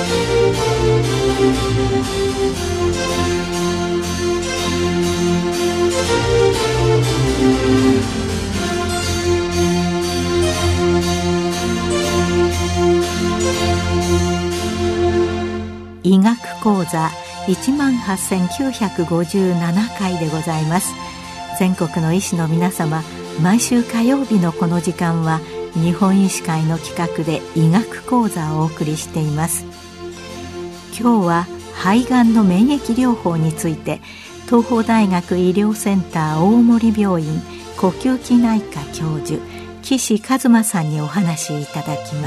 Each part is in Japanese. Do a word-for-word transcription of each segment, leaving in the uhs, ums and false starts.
医学講座 いちまんはっせんきゅうひゃくごじゅうなな 回でございます。全国の医師の皆様、毎週火曜日のこの時間は日本医師会の企画で医学講座をお送りしています。今日は肺がんの免疫療法について、東邦大学医療センター大森病院呼吸器内科教授岸和馬さんにお話しいただきます。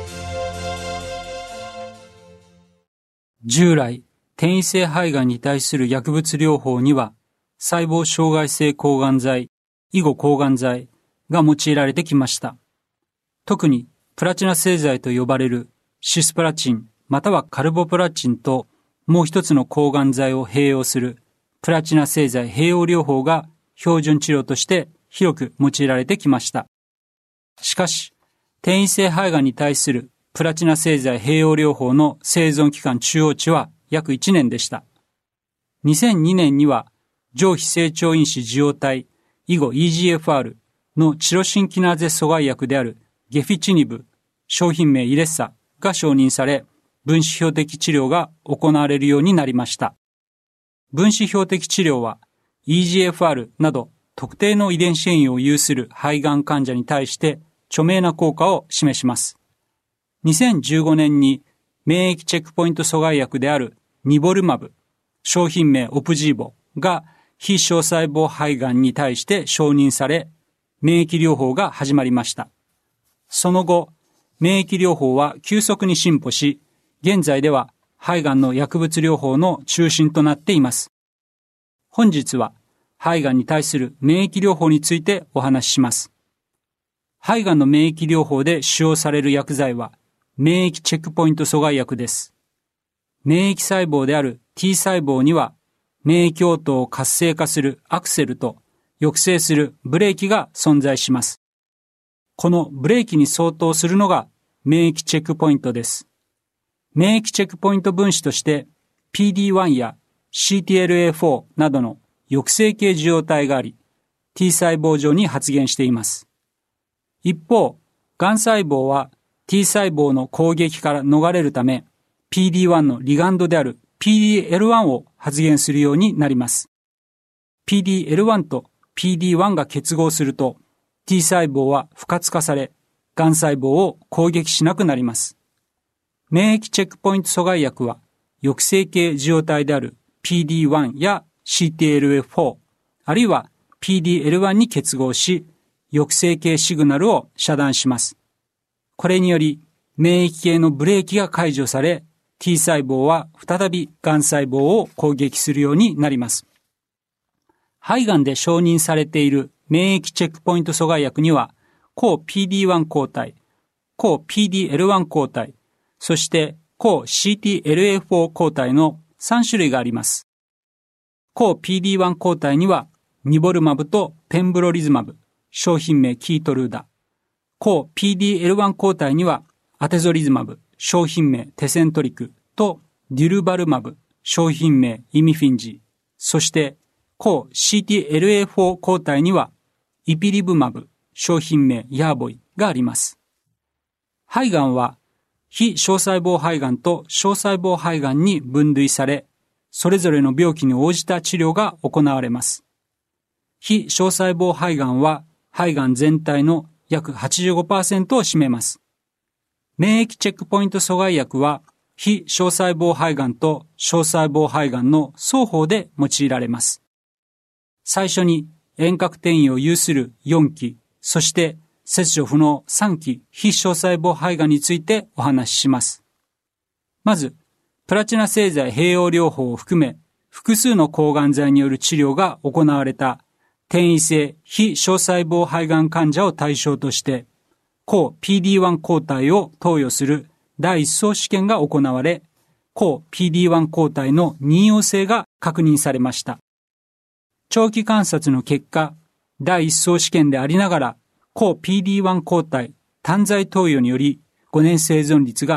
従来、転移性肺がんに対する薬物療法には、細胞障害性抗がん剤、以後抗がん剤が用いられてきました。特に、プラチナ製剤と呼ばれるシスプラチンまたはカルボプラチンともう一つの抗がん剤を併用するプラチナ製剤併用療法が標準治療として広く用いられてきました。しかし、転移性肺がんに対するプラチナ製剤併用療法の生存期間中央値は約いちねんでした。にせんにねんには上皮成長因子受容体、以後 イージーエフアール のチロシンキナーゼ阻害薬であるゲフィチニブ、商品名イレッサが承認され、分子標的治療が行われるようになりました。分子標的治療は イージーエフアール など特定の遺伝子変異を有する肺がん患者に対して著名な効果を示します。にせんじゅうごねんに免疫チェックポイント阻害薬であるニボルマブ、商品名オプジーボが非小細胞肺がんに対して承認され、免疫療法が始まりました。その後、免疫療法は急速に進歩し、現在では肺がんの薬物療法の中心となっています。本日は肺がんに対する免疫療法についてお話しします。肺がんの免疫療法で使用される薬剤は免疫チェックポイント阻害薬です。免疫細胞である T 細胞には免疫応答を活性化するアクセルと抑制するブレーキが存在します。このブレーキに相当するのが免疫チェックポイントです。免疫チェックポイント分子として ピーディーワン や シーティーエルエーフォー などの抑制系受容体があり、T 細胞上に発現しています。一方、がん細胞は T 細胞の攻撃から逃れるため、ピーディーワン のリガンドである ピーディーエルワン を発現するようになります。ピーディーエルワン と ピーディーワン が結合すると、T 細胞は不活化され、がん細胞を攻撃しなくなります。免疫チェックポイント阻害薬は、抑制系受容体である ピーディーワン や シーティーエルエーフォー、あるいは ピーディーエルワン に結合し、抑制系シグナルを遮断します。これにより、免疫系のブレーキが解除され、T 細胞は再びがん細胞を攻撃するようになります。肺がんで承認されている免疫チェックポイント阻害薬には、抗 ピーディーワン 抗体、抗 ピーディーエルワン 抗体、そして抗 シーティーエルエーフォー 抗体のさん種類があります。抗 ピーディーワン 抗体には、ニボルマブとペンブロリズマブ、商品名キートルーダ。抗 ピーディーエルワン 抗体には、アテゾリズマブ、商品名テセントリクとデュルバルマブ、商品名イミフィンジ。そして抗 シーティーエルエーフォー 抗体にはイピリブマブ、商品名ヤーボイがあります。肺がんは非小細胞肺がんと小細胞肺がんに分類され、それぞれの病気に応じた治療が行われます。非小細胞肺がんは肺がん全体の約 はちじゅうごパーセント を占めます。免疫チェックポイント阻害薬は非小細胞肺がんと小細胞肺がんの双方で用いられます。最初に遠隔転移を有するよんき、そして切除不能さんき非小細胞肺がんについてお話しします。まず、プラチナ製剤併用療法を含め複数の抗がん剤による治療が行われた転移性非小細胞肺がん患者を対象として抗 ピーディーワン 抗体を投与する第一層試験が行われ、抗 ピーディーワン 抗体の任用性が確認されました。長期観察の結果、第一層試験でありながら、抗 ピーディーワン 抗体単剤投与によりごねん生存率が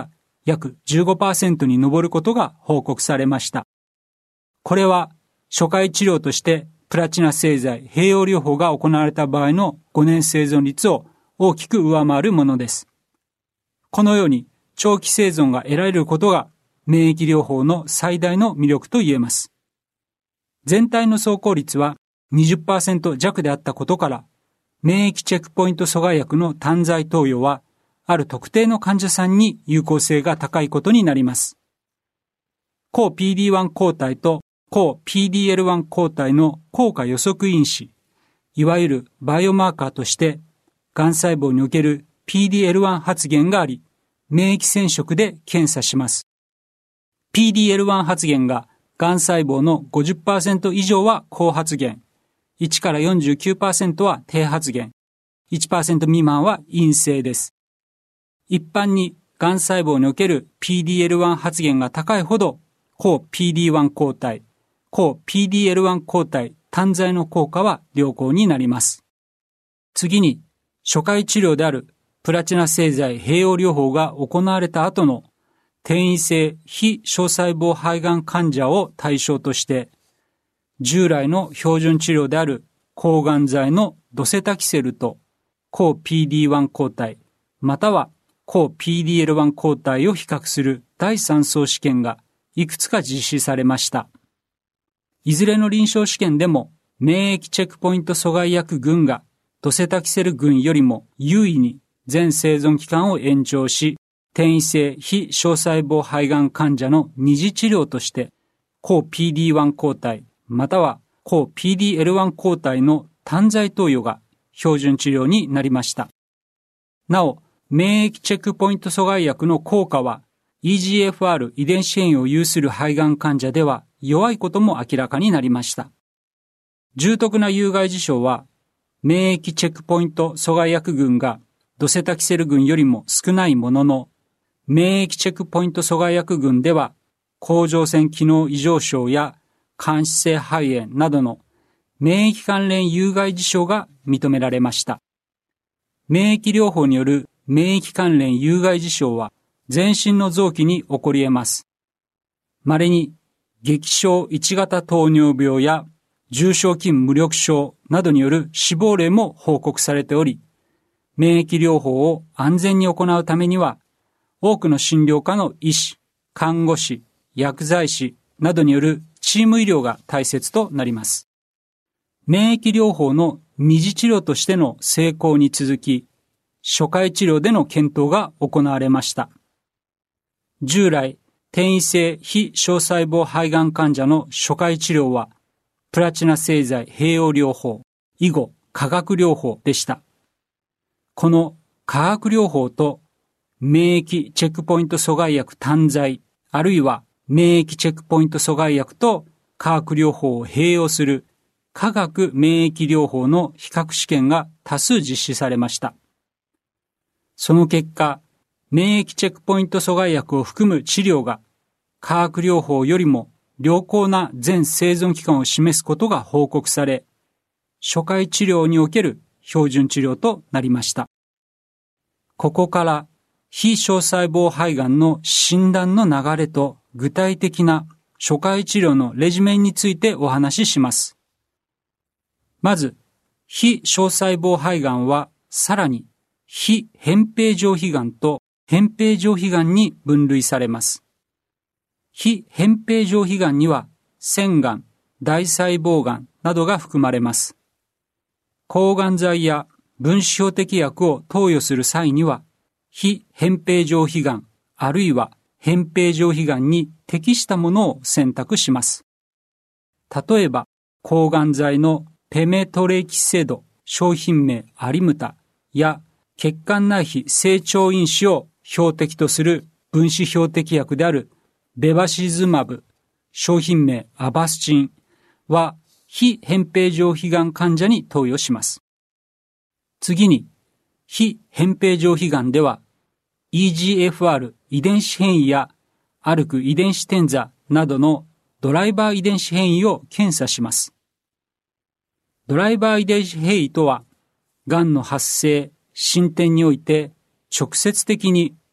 約 じゅうごパーセント に上ることが報告されました。これは初回治療としてプラチナ製剤併用療法が行われた場合のごねん生存率を大きく上回るものです。このように長期生存が得られることが免疫療法の最大の魅力と言えます。全体の走行率は にじゅっパーセント 弱であったことから、免疫チェックポイント阻害薬の単剤投与は、ある特定の患者さんに有効性が高いことになります。抗 ピーディーワン 抗体と抗 ピーディーエルワン 抗体の効果予測因子、いわゆるバイオマーカーとして、がん細胞における ピーディーエルワン 発現があり、免疫染色で検査します。ピーディーエルワン 発現ががん細胞の ごじゅっパーセント 以上は高発現、いちからよんじゅうきゅうパーセント は低発現、いちパーセント 未満は陰性です。一般にがん細胞における ピーディーエルワン 発現が高いほど、抗 ピーディーワン 抗体、抗 ピーディーエルワン 抗体単剤の効果は良好になります。次に、初回治療であるプラチナ製剤併用療法が行われた後の転移性非小細胞肺がん患者を対象として、従来の標準治療である抗がん剤のドセタキセルと抗 ピーディーワン 抗体、または抗 ピーディーエルワン 抗体を比較するだいさん相試験がいくつか実施されました。いずれの臨床試験でも免疫チェックポイント阻害薬群がドセタキセル群よりも優位に全生存期間を延長し、転移性非小細胞肺がん患者の二次治療として抗 ピーディーワン 抗体または抗 ピーディーエルワン 抗体の単剤投与が標準治療になりました。なお、免疫チェックポイント阻害薬の効果は イージーエフアール 遺伝子変異を有する肺がん患者では弱いことも明らかになりました。重篤な有害事象は免疫チェックポイント阻害薬群がドセタキセル群よりも少ないものの、免疫チェックポイント阻害薬群では甲状腺機能異常症や間質性肺炎などの免疫関連有害事象が認められました。免疫療法による免疫関連有害事象は全身の臓器に起こり得ます。稀に激症いち型糖尿病や重症筋無力症などによる死亡例も報告されており、免疫療法を安全に行うためには、多くの診療科の医師、看護師、薬剤師などによるチーム医療が大切となります。免疫療法の二次治療としての成功に続き、初回治療での検討が行われました。従来、転移性非小細胞肺がん患者の初回治療は、プラチナ製剤併用療法、以後化学療法でした。この化学療法と免疫チェックポイント阻害薬単剤、あるいは免疫チェックポイント阻害薬と化学療法を併用する化学免疫療法の比較試験が多数実施されました。その結果、免疫チェックポイント阻害薬を含む治療が化学療法よりも良好な全生存期間を示すことが報告され、初回治療における標準治療となりました。ここから非小細胞肺がんの診断の流れと具体的な初回治療のレジメンについてお話しします。まず、非小細胞肺がんはさらに非扁平上皮がんと扁平上皮がんに分類されます。非扁平上皮がんには腺がん、大細胞がんなどが含まれます。抗がん剤や分子標的薬を投与する際には、非扁平上皮がんあるいは扁平上皮がんに適したものを選択します。例えば、抗がん剤のペメトレキセド、商品名アリムタや血管内皮成長因子を標的とする分子標的薬であるベバシズマブ、商品名アバスチンは非扁平上皮がん患者に投与します。次に、非扁平上皮がんでは イージーエフアール 遺伝子変異やアルク遺伝子転座などのドライバー遺伝子変異を検査します。ドライバー遺伝子変異とは、がんの発生、進展において直接的に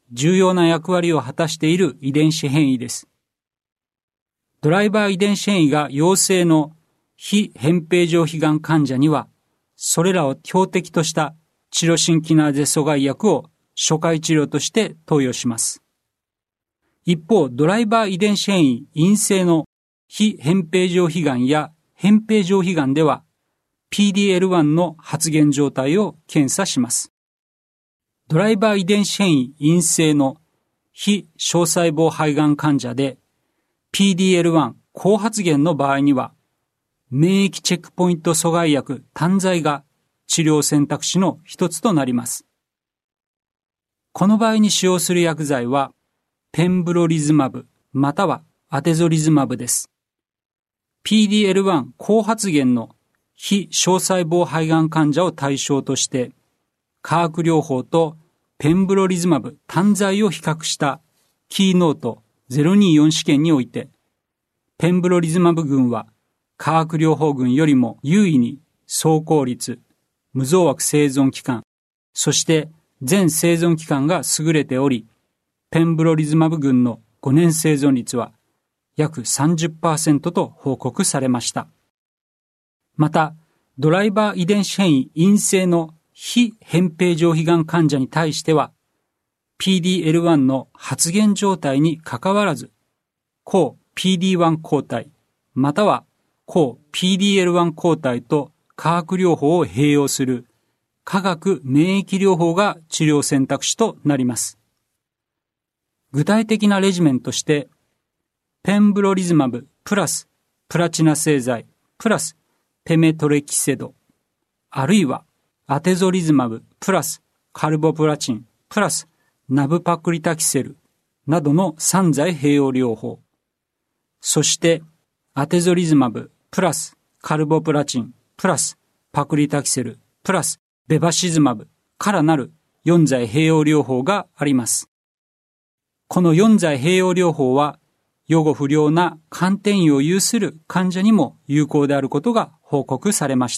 重要な役割を果たしている遺伝子変異です。ドライバー遺伝子変異が陽性の非扁平上皮がん患者には、それらを標的としたチロシンキナーゼ阻害薬を初回治療として投与します。一方、ドライバー遺伝子変異陰性の非扁平上皮がんや扁平上皮がんでは、ピーディーエルワン の発現状態を検査します。ドライバー遺伝子変異陰性の非小細胞肺がん患者で ピーディーエルワン 高発現の場合には、免疫チェックポイント阻害薬単剤が治療選択肢の一つとなります。この場合に使用する薬剤は、ペンブロリズマブまたはアテゾリズマブです。ピーディーエルワン 高発現の非小細胞肺がん患者を対象として、化学療法とペンブロリズマブ単剤を比較したキーノートゼロにじゅうよん試験において、ペンブロリズマブ群は化学療法群よりも優位に走行率、無増悪生存期間、そして全生存期間が優れており、ペンブロリズマブ群のごねん生存率は約 さんじゅっパーセント と報告されました。また、ドライバー遺伝子変異陰性の非扁平上皮がん患者に対しては、ピーディーエルワン の発現状態にかかわらず、抗 ピーディーワン 抗体、または抗 ピーディーエルワン 抗体と化学療法を併用する化学免疫療法が治療選択肢となります。具体的なレジメンとして、ペンブロリズマブプラスプラチナ製剤プラスペメトレキセド、あるいはアテゾリズマブプラスカルボプラチンプラスナブパクリタキセルなどのさん剤併用療法、そしてアテゾリズマブプラスカルボプラチンプラスパクリタキセルプラスベバシズマブからなるよん剤併用療法があります。このよん剤併用療法は予後不良な肝転移を有する患者にも有効であることが報告されました。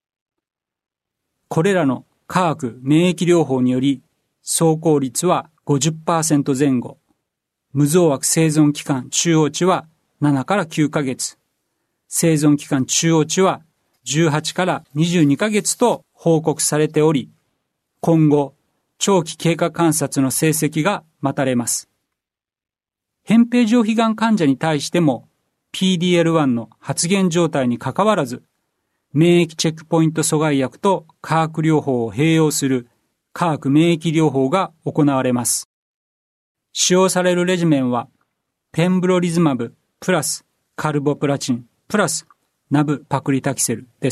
これらの化学免疫療法により走行率は ごじゅっパーセント 前後、無増悪生存期間中央値はななからきゅうかげつ、生存期間中央値はじゅうはちからにじゅうにかげつと報告されており、今後長期経過観察の成績が待たれます。扁平上皮がん患者に対しても ピーディーエルワン の発現状態にかかわらず、免疫チェックポイント阻害薬と化学療法を併用する化学免疫療法が行われます。使用されるレジメンは、ペンブロリズマブプラスカルボプラチンプラスナブパクリタキセルです。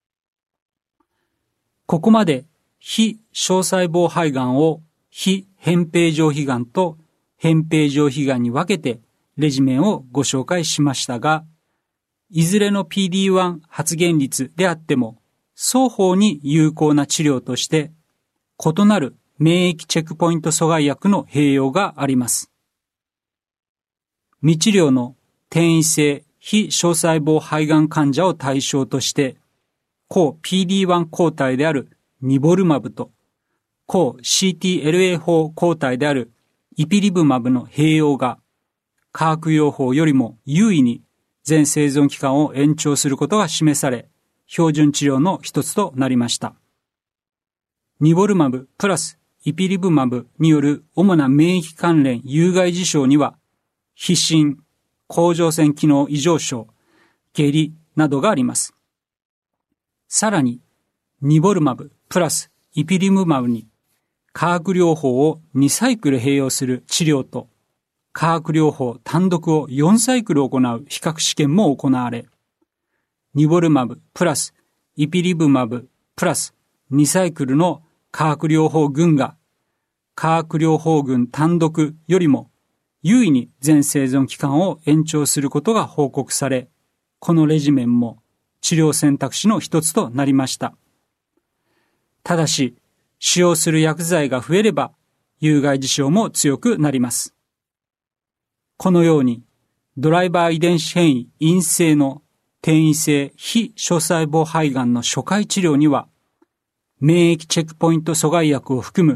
ここまで非小細胞肺がんを非扁平上皮がんと扁平上皮がんに分けてレジメンをご紹介しましたが、いずれの ピーディーワン 発現率であっても双方に有効な治療として異なる免疫チェックポイント阻害薬の併用があります。未治療の転移性非小細胞肺がん患者を対象として抗 ピーディーワン 抗体であるニボルマブと抗 シーティーエルエーフォー 抗体であるイピリブマブの併用が化学療法よりも優位に全生存期間を延長することが示され、標準治療の一つとなりました。ニボルマブプラスイピリブマブによる主な免疫関連有害事象には、皮疹、甲状腺機能異常症、下痢などがあります。さらに、ニボルマブプラスイピリブマブに化学療法をにサイクル併用する治療と化学療法単独をよんサイクル行う比較試験も行われ、ニボルマブプラスイピリブマブプラスにサイクルの化学療法群が化学療法群単独よりも優位に全生存期間を延長することが報告され、このレジメンも治療選択肢の一つとなりました。ただし、使用する薬剤が増えれば、有害事象も強くなります。このように、ドライバー遺伝子変異陰性の転移性非小細胞肺がんの初回治療には、免疫チェックポイント阻害薬を含む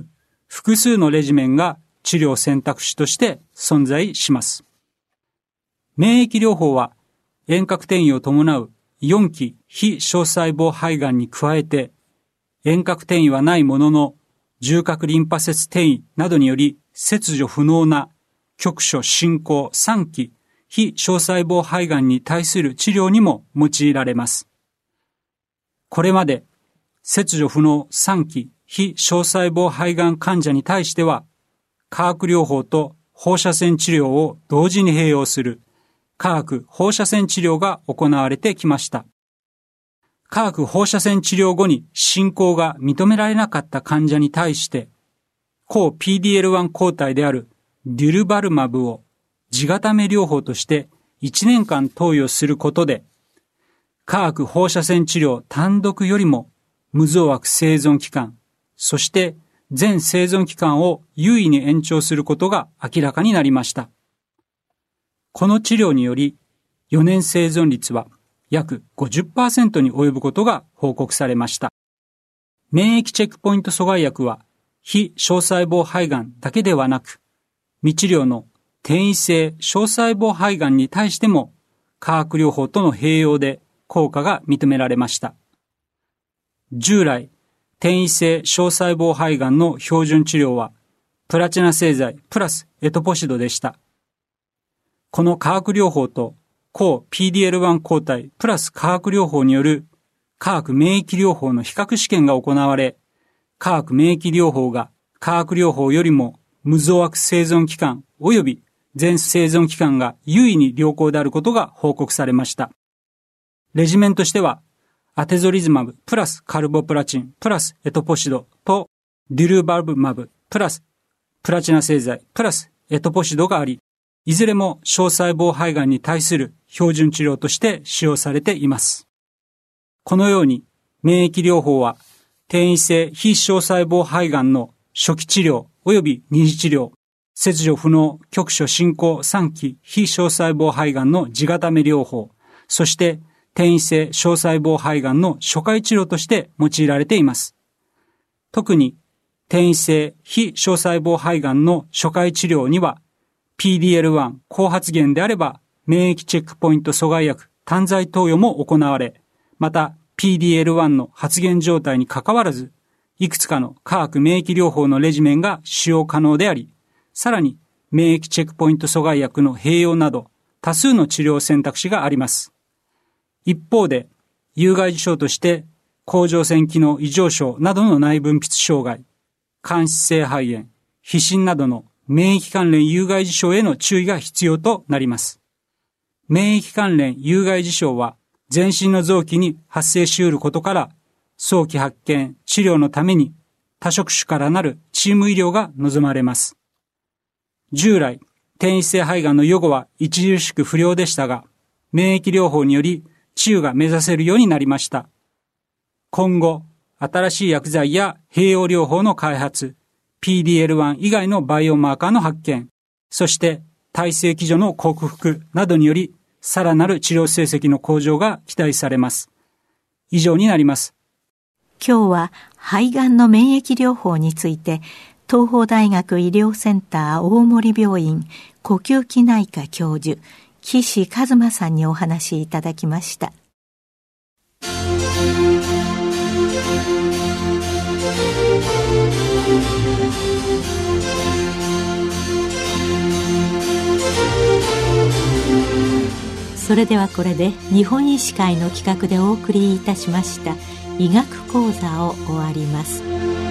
複数のレジメンが治療選択肢として存在します。免疫療法は遠隔転移を伴うよんき非小細胞肺がんに加えて、遠隔転移はないものの重核リンパ節転移などにより切除不能な局所進行さんき非小細胞肺がんに対する治療にも用いられます。これまで切除不能さんき非小細胞肺がん患者に対しては、化学療法と放射線治療を同時に併用する化学放射線治療が行われてきました。化学放射線治療後に進行が認められなかった患者に対して、抗 ピーディーエルワン 抗体であるデュルバルマブを地固め療法としていちねんかん投与することで、化学放射線治療単独よりも無増悪生存期間、そして全生存期間を優位に延長することが明らかになりました。この治療によりよねん生存率は約 ごじゅっパーセント に及ぶことが報告されました。免疫チェックポイント阻害薬は非小細胞肺がんだけではなく、未治療の転移性小細胞肺がんに対しても化学療法との併用で効果が認められました。従来、転移性小細胞肺がんの標準治療はプラチナ製剤プラスエトポシドでした。この化学療法と抗 ピーディーエルワン 抗体プラス化学療法による化学免疫療法の比較試験が行われ、化学免疫療法が化学療法よりも無増悪生存期間及び全生存期間が優位に良好であることが報告されました。レジメンとしては、アテゾリズマブプラスカルボプラチンプラスエトポシドとデュルバルマブプラスプラチナ製剤プラスエトポシドがあり、いずれも小細胞肺がんに対する標準治療として使用されています。このように免疫療法は転移性非小細胞肺がんの初期治療及び二次治療、切除不能局所進行さんき非小細胞肺がんの地固め療法、そして転移性小細胞肺がんの初回治療として用いられています。特に転移性非小細胞肺がんの初回治療には ピーディーエルワン 高発現であれば免疫チェックポイント阻害薬単剤投与も行われ、また ピーディーエルワン の発現状態にかかわらず、いくつかの化学免疫療法のレジメンが使用可能であり、さらに免疫チェックポイント阻害薬の併用など多数の治療選択肢があります。一方で、有害事象として甲状腺機能異常症などの内分泌障害、間質性肺炎、皮疹などの免疫関連有害事象への注意が必要となります。免疫関連有害事象は全身の臓器に発生し得ることから、早期発見、治療のために多職種からなるチーム医療が望まれます。従来、転移性肺がんの予後は著しく不良でしたが、免疫療法により治癒が目指せるようになりました。今後、新しい薬剤や併用療法の開発、ピーディーエルワン 以外のバイオマーカーの発見、そして耐性基準の克服などにより、さらなる治療成績の向上が期待されます。以上になります。 今日は肺がんの免疫療法について、東邦大学医療センター大森病院呼吸器内科教授、岸一馬さんにお話しいただきました。それではこれで日本医師会の企画でお送りいたしました医学講座を終わります。